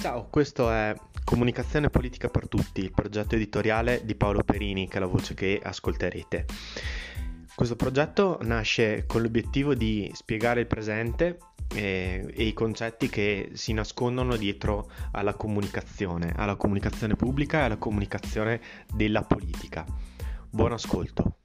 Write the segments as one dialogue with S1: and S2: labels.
S1: Ciao, questo è Comunicazione Politica per Tutti, il progetto editoriale di Paolo Perini, che è la voce che ascolterete. Questo progetto nasce con l'obiettivo di spiegare il presente e i concetti che si nascondono dietro alla comunicazione pubblica e alla comunicazione della politica. Buon ascolto.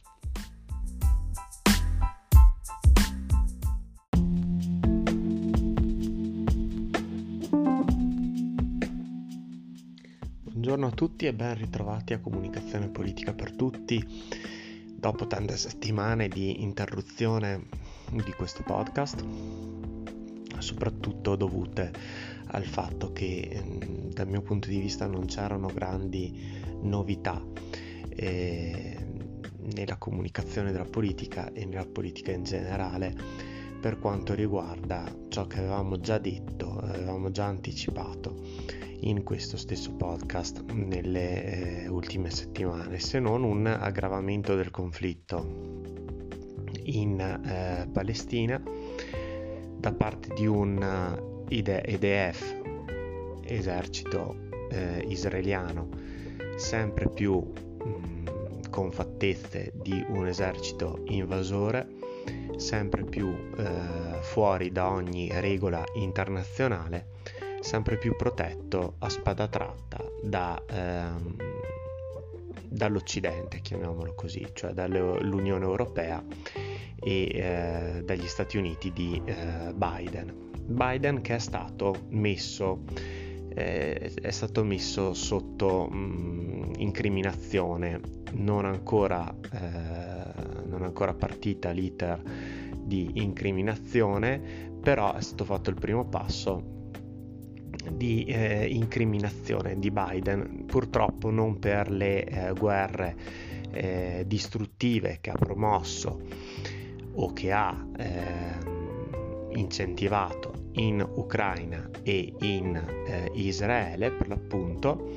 S1: Buongiorno a tutti e ben ritrovati a Comunicazione Politica per Tutti. Dopo tante settimane di interruzione di questo podcast, soprattutto dovute al fatto che dal mio punto di vista non c'erano grandi novità nella comunicazione della politica e nella politica in generale per quanto riguarda ciò che avevamo già detto, avevamo già anticipato in questo stesso podcast nelle ultime settimane, se non un aggravamento del conflitto in Palestina da parte di un IDF, esercito israeliano, sempre più con fattezze di un esercito invasore, sempre più fuori da ogni regola internazionale, sempre più protetto a spada tratta dall'Occidente, chiamiamolo così, cioè dall'Unione Europea e dagli Stati Uniti di Biden, che è stato messo sotto incriminazione, non ancora partita l'iter di incriminazione, però è stato fatto il primo passo di incriminazione di Biden, purtroppo non per le guerre distruttive che ha promosso o che ha incentivato in Ucraina e in Israele, per l'appunto,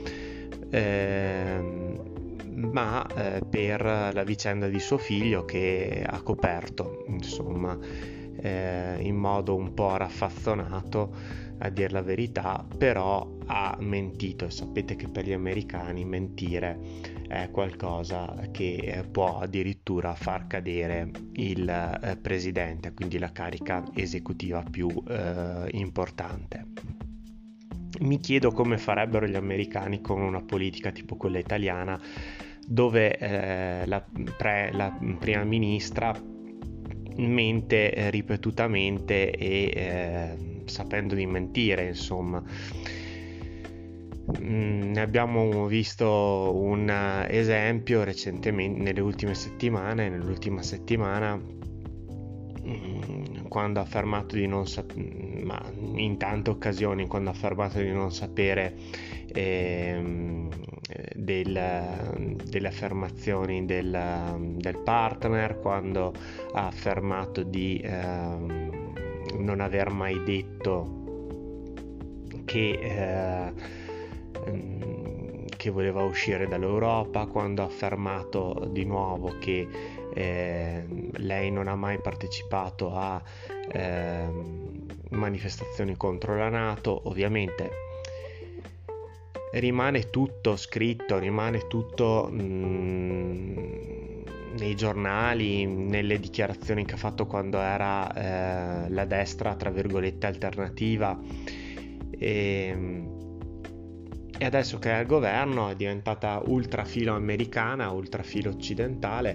S1: ma per la vicenda di suo figlio, che ha coperto, insomma, in modo un po' raffazzonato, a dir la verità, però ha mentito, e sapete che per gli americani mentire è qualcosa che può addirittura far cadere il presidente, quindi la carica esecutiva più importante. Mi chiedo come farebbero gli americani con una politica tipo quella italiana, dove la prima ministra mente ripetutamente e sapendo di mentire, insomma. Ne abbiamo visto un esempio recentemente, nell'ultima settimana, quando ha affermato di non sapere, ma in tante occasioni, quando ha affermato di non sapere delle affermazioni del partner, quando ha affermato di non aver mai detto che voleva uscire dall'Europa, quando ha affermato di nuovo che lei non ha mai partecipato a manifestazioni contro la NATO. Ovviamente rimane tutto scritto, rimane tutto nei giornali, nelle dichiarazioni che ha fatto quando era la destra, tra virgolette, alternativa, e adesso che è al governo è diventata ultrafilo americana, ultrafilo occidentale,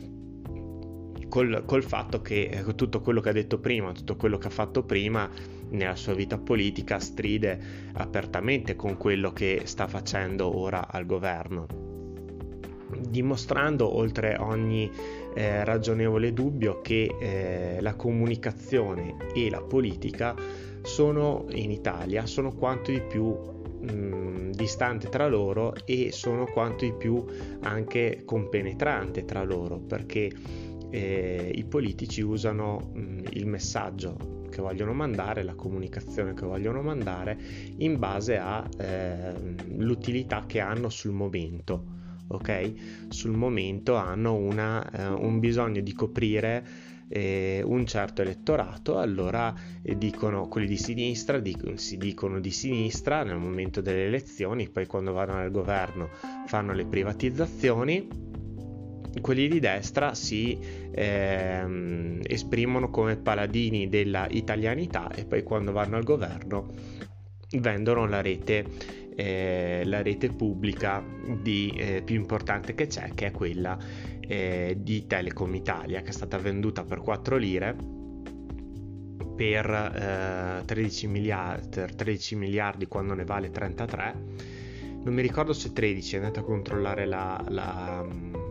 S1: col fatto che tutto quello che ha detto prima, tutto quello che ha fatto prima nella sua vita politica stride apertamente con quello che sta facendo ora al governo, dimostrando oltre ogni ragionevole dubbio che la comunicazione e la politica in Italia sono quanto di più distante tra loro, e sono quanto di più anche compenetrante tra loro, perché i politici usano il messaggio che vogliono mandare, la comunicazione che vogliono mandare, in base a l'utilità che hanno sul momento, ok? Sul momento hanno un bisogno di coprire un certo elettorato, allora dicono quelli di sinistra, si dicono di sinistra nel momento delle elezioni, poi quando vanno al governo fanno le privatizzazioni, quelli di destra si esprimono come paladini della italianità e poi quando vanno al governo vendono la rete pubblica più importante che c'è, che è quella di Telecom Italia, che è stata venduta per 4 lire per 13 miliardi quando ne vale 33. Non mi ricordo se 13, andate a controllare la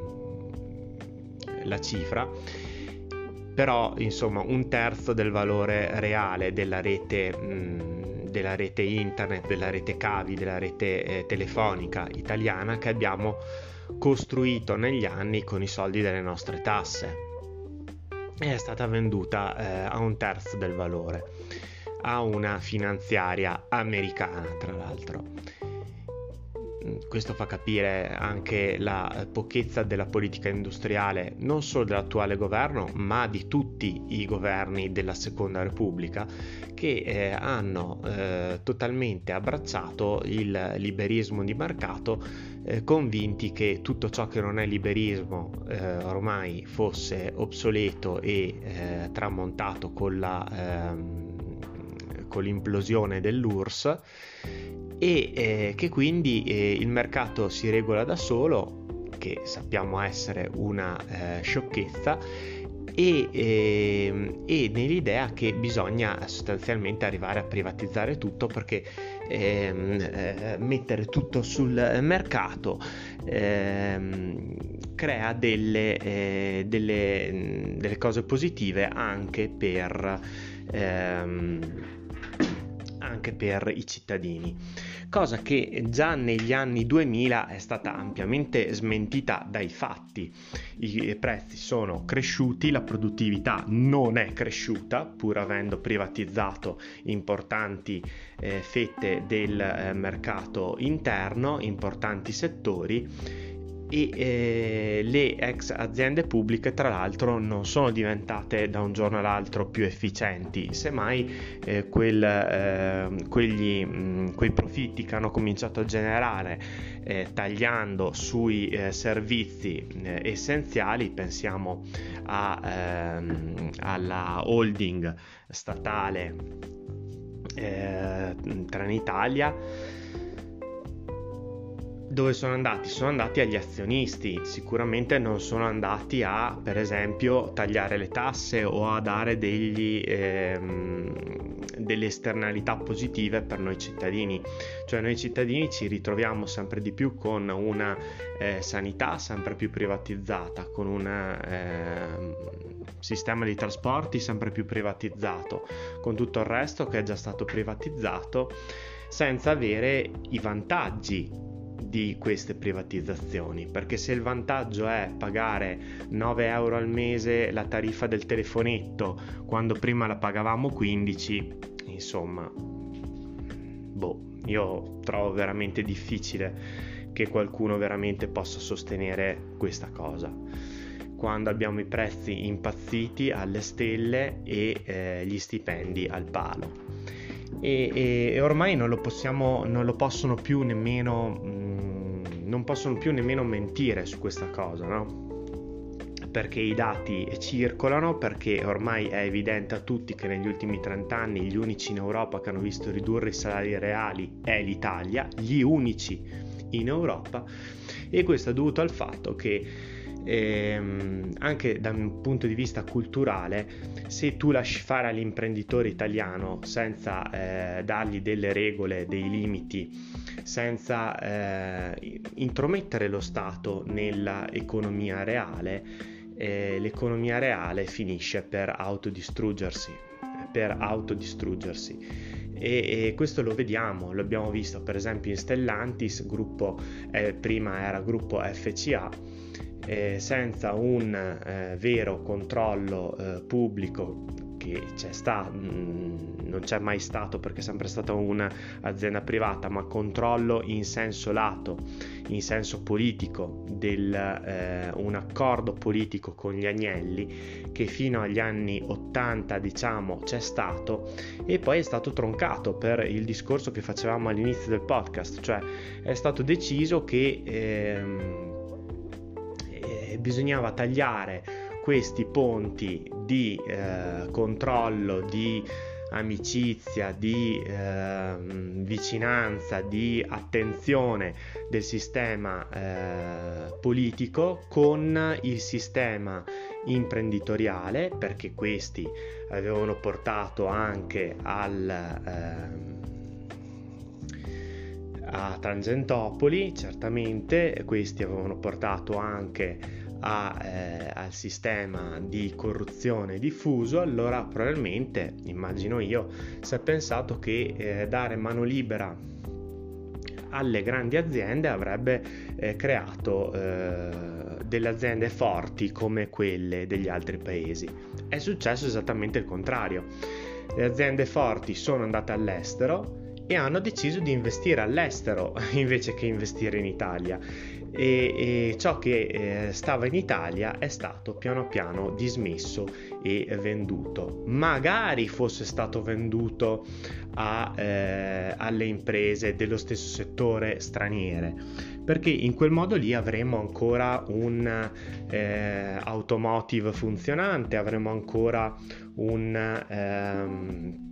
S1: cifra, però insomma un terzo del valore reale della rete internet, della rete cavi, della rete telefonica italiana che abbiamo costruito negli anni con i soldi delle nostre tasse, è stata venduta a un terzo del valore a una finanziaria americana, tra l'altro. Questo fa capire anche la pochezza della politica industriale non solo dell'attuale governo, ma di tutti i governi della Seconda Repubblica, che hanno totalmente abbracciato il liberismo di mercato, convinti che tutto ciò che non è liberismo ormai fosse obsoleto e tramontato con l'implosione dell'URSS, e che quindi il mercato si regola da solo, che sappiamo essere una sciocchezza, e nell'idea che bisogna sostanzialmente arrivare a privatizzare tutto, perché mettere tutto sul mercato crea delle cose positive anche per i cittadini, cosa che già negli anni 2000 è stata ampiamente smentita dai fatti. I prezzi sono cresciuti, la produttività non è cresciuta, pur avendo privatizzato importanti fette del mercato interno, importanti settori, e le ex aziende pubbliche tra l'altro non sono diventate da un giorno all'altro più efficienti, semmai quei profitti che hanno cominciato a generare tagliando sui servizi essenziali, pensiamo alla holding statale Trenitalia. Dove sono andati? Sono andati agli azionisti, sicuramente non sono andati a, per esempio, tagliare le tasse o a dare delle esternalità positive per noi cittadini. Cioè noi cittadini ci ritroviamo sempre di più con una sanità sempre più privatizzata, con un sistema di trasporti sempre più privatizzato, con tutto il resto che è già stato privatizzato, senza avere i vantaggi di queste privatizzazioni, perché se il vantaggio è pagare 9 euro al mese la tariffa del telefonetto quando prima la pagavamo 15, insomma, io trovo veramente difficile che qualcuno veramente possa sostenere questa cosa quando abbiamo i prezzi impazziti alle stelle e gli stipendi al palo. E ormai non possono più nemmeno mentire su questa cosa, no? Perché i dati circolano, perché ormai è evidente a tutti che negli ultimi 30 anni gli unici in Europa che hanno visto ridurre i salari reali è l'Italia, gli unici in Europa, e questo è dovuto al fatto che anche da un punto di vista culturale, se tu lasci fare all'imprenditore italiano senza dargli delle regole, dei limiti, senza intromettere lo Stato nella economia reale, l'economia reale finisce per autodistruggersi. E questo lo abbiamo visto per esempio in Stellantis, prima era gruppo FCA, senza un vero controllo pubblico che non c'è mai stato perché è sempre stata un'azienda privata, ma controllo in senso lato, in senso politico, un accordo politico con gli Agnelli che fino agli anni 80 diciamo c'è stato, e poi è stato troncato per il discorso che facevamo all'inizio del podcast, cioè è stato deciso che bisognava tagliare questi ponti di controllo, di amicizia, di vicinanza, di attenzione del sistema politico con il sistema imprenditoriale, perché questi avevano portato anche a Tangentopoli, certamente questi avevano portato anche al sistema di corruzione diffuso. Allora probabilmente, immagino io, si è pensato che dare mano libera alle grandi aziende avrebbe creato delle aziende forti come quelle degli altri paesi. È successo esattamente il contrario. Le aziende forti sono andate all'estero e hanno deciso di investire all'estero invece che investire in Italia, e ciò che stava in Italia è stato piano piano dismesso e venduto. Magari fosse stato venduto alle imprese dello stesso settore straniere, perché in quel modo lì avremo ancora un automotive funzionante, avremo ancora un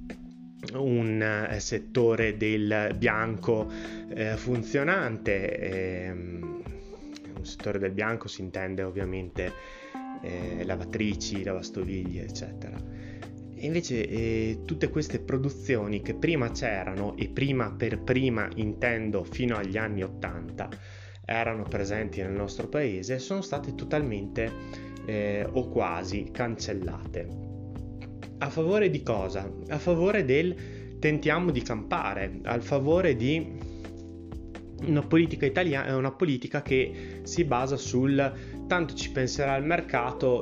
S1: settore del bianco funzionante. Un settore del bianco si intende ovviamente lavatrici, lavastoviglie, eccetera. E invece tutte queste produzioni che prima c'erano, e per prima intendo fino agli anni 80, erano presenti nel nostro paese, sono state totalmente o quasi cancellate. A favore di cosa? A favore del tentiamo di campare, a favore di una politica italiana, una politica che si basa sul tanto ci penserà il mercato,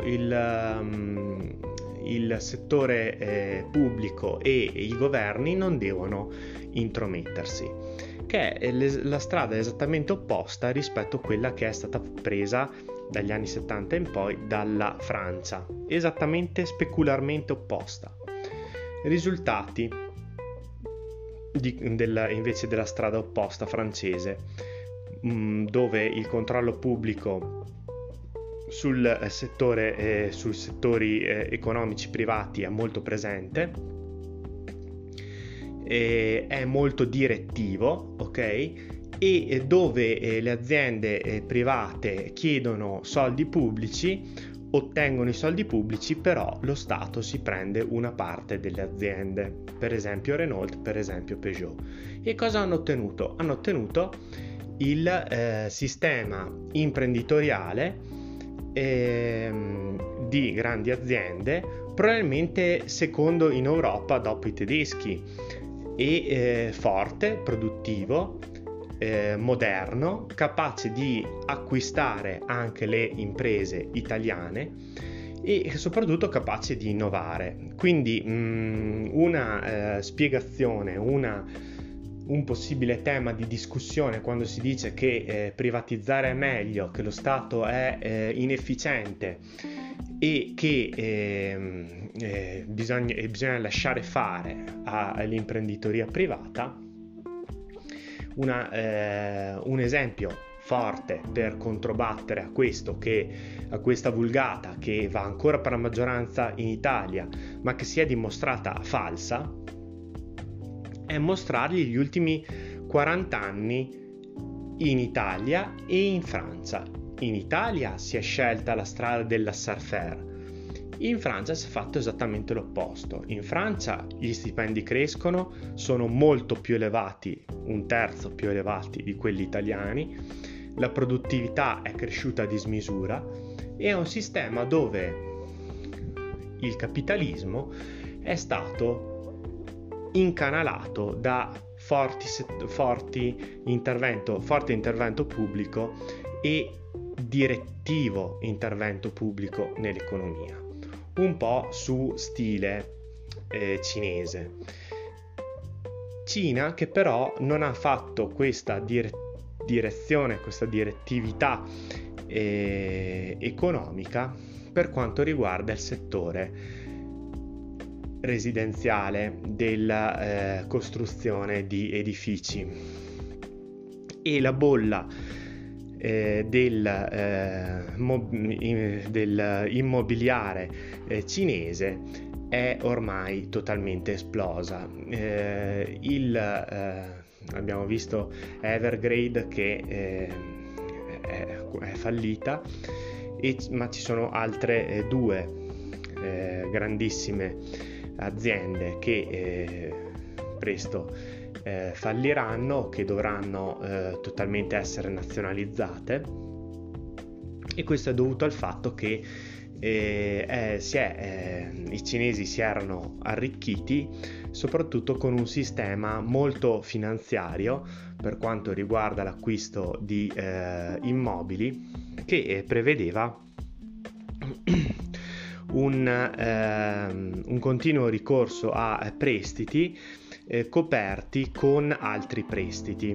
S1: il settore pubblico e i governi non devono intromettersi, che è la strada esattamente opposta rispetto a quella che è stata presa dagli anni 70 in poi dalla Francia, esattamente specularmente opposta. Risultati invece della strada opposta francese, dove il controllo pubblico sui settori economici privati è molto presente, è molto direttivo, ok? E dove le aziende private chiedono soldi pubblici, ottengono i soldi pubblici, però lo Stato si prende una parte delle aziende, per esempio Renault, per esempio Peugeot. E cosa hanno ottenuto? Hanno ottenuto il sistema imprenditoriale di grandi aziende, probabilmente secondo in Europa dopo i tedeschi, e forte, produttivo, moderno, capace di acquistare anche le imprese italiane e soprattutto capace di innovare. Quindi una spiegazione, un possibile tema di discussione quando si dice che privatizzare è meglio, che lo Stato è inefficiente e che bisogna lasciare fare all'imprenditoria privata. Un esempio forte per controbattere a questa vulgata che va ancora per la maggioranza in Italia, ma che si è dimostrata falsa, è mostrargli gli ultimi 40 anni in Italia e in Francia. In Italia si è scelta la strada del laissez-faire. In Francia si è fatto esattamente l'opposto. In Francia gli stipendi crescono, sono molto più elevati, 1/3 più elevati di quelli italiani, la produttività è cresciuta a dismisura e è un sistema dove il capitalismo è stato incanalato da forte intervento pubblico e direttivo intervento pubblico nell'economia. un po' su stile cinese. Cina che però non ha fatto questa direzione, questa direttività economica per quanto riguarda il settore residenziale della costruzione di edifici, e la bolla del immobiliare cinese è ormai totalmente esplosa. Abbiamo visto Evergrande che è fallita, ma ci sono altre due grandissime aziende che presto falliranno, che dovranno totalmente essere nazionalizzate, e questo è dovuto al fatto che i cinesi si erano arricchiti soprattutto con un sistema molto finanziario per quanto riguarda l'acquisto di immobili, che prevedeva un continuo ricorso a prestiti coperti con altri prestiti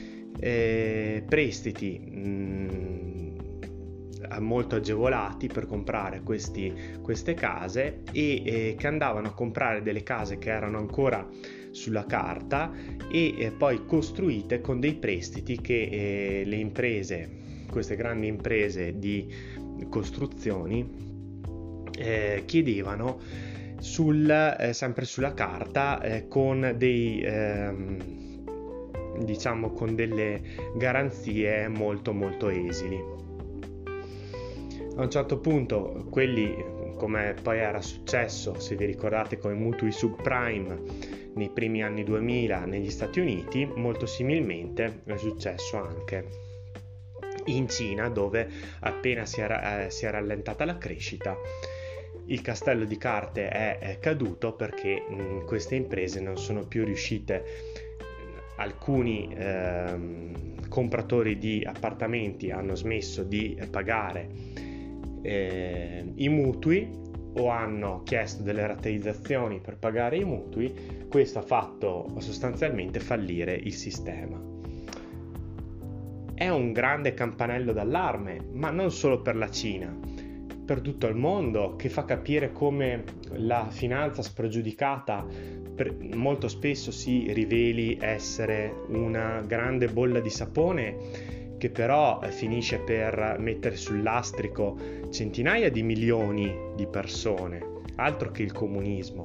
S1: molto agevolati per comprare queste case, e che andavano a comprare delle case che erano ancora sulla carta e poi costruite con dei prestiti che le imprese, queste grandi imprese di costruzioni, chiedevano sempre sulla carta, con con delle garanzie molto molto esili. A un certo punto quelli, come poi era successo, se vi ricordate, con i mutui subprime nei primi anni 2000 negli Stati Uniti, molto similmente è successo anche in Cina, dove appena si è rallentata la crescita, il castello di carte è caduto, perché queste imprese non sono più riuscite. Alcuni compratori di appartamenti hanno smesso di pagare i mutui, o hanno chiesto delle rateizzazioni per pagare i mutui. Questo ha fatto sostanzialmente fallire il sistema. È un grande campanello d'allarme, ma non solo per la Cina, per tutto il mondo, che fa capire come la finanza spregiudicata molto spesso si riveli essere una grande bolla di sapone, che però finisce per mettere sul lastrico centinaia di milioni di persone, altro che il comunismo.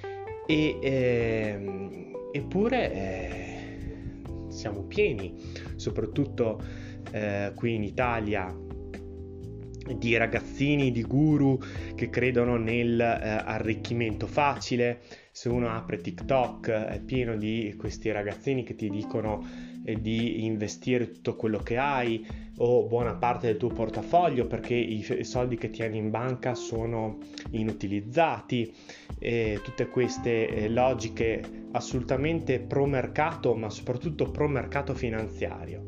S1: Eppure siamo pieni, soprattutto qui in Italia, di ragazzini, di guru che credono nell'arricchimento facile. Se uno apre TikTok è pieno di questi ragazzini che ti dicono di investire tutto quello che hai o buona parte del tuo portafoglio, perché i soldi che tieni in banca sono inutilizzati, tutte queste logiche assolutamente pro mercato, ma soprattutto pro mercato finanziario.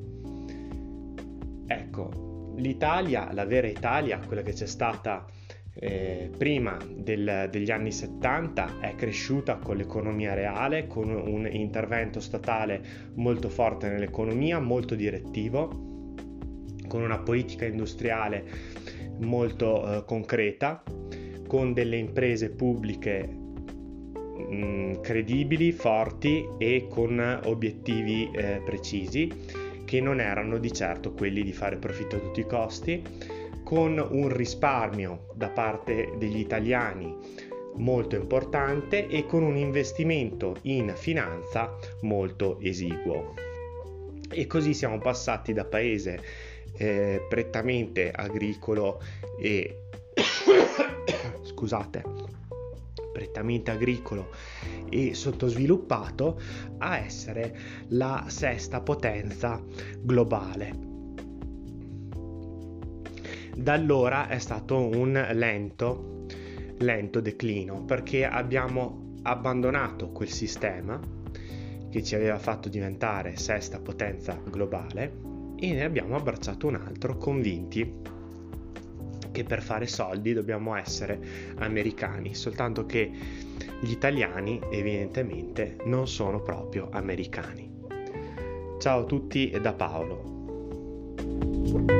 S1: Ecco, l'Italia, la vera Italia, quella che c'è stata prima degli anni 70, è cresciuta con l'economia reale, con un intervento statale molto forte nell'economia, molto direttivo, con una politica industriale molto concreta, con delle imprese pubbliche credibili, forti e con obiettivi precisi, che non erano di certo quelli di fare profitto a tutti i costi, con un risparmio da parte degli italiani molto importante e con un investimento in finanza molto esiguo. E così siamo passati da paese prettamente agricolo e prettamente agricolo e sottosviluppato a essere la sesta potenza globale. Da allora è stato un lento declino, perché abbiamo abbandonato quel sistema che ci aveva fatto diventare sesta potenza globale e ne abbiamo abbracciato un altro, convinti che per fare soldi dobbiamo essere americani, soltanto che gli italiani evidentemente non sono proprio americani. Ciao a tutti e da Paolo.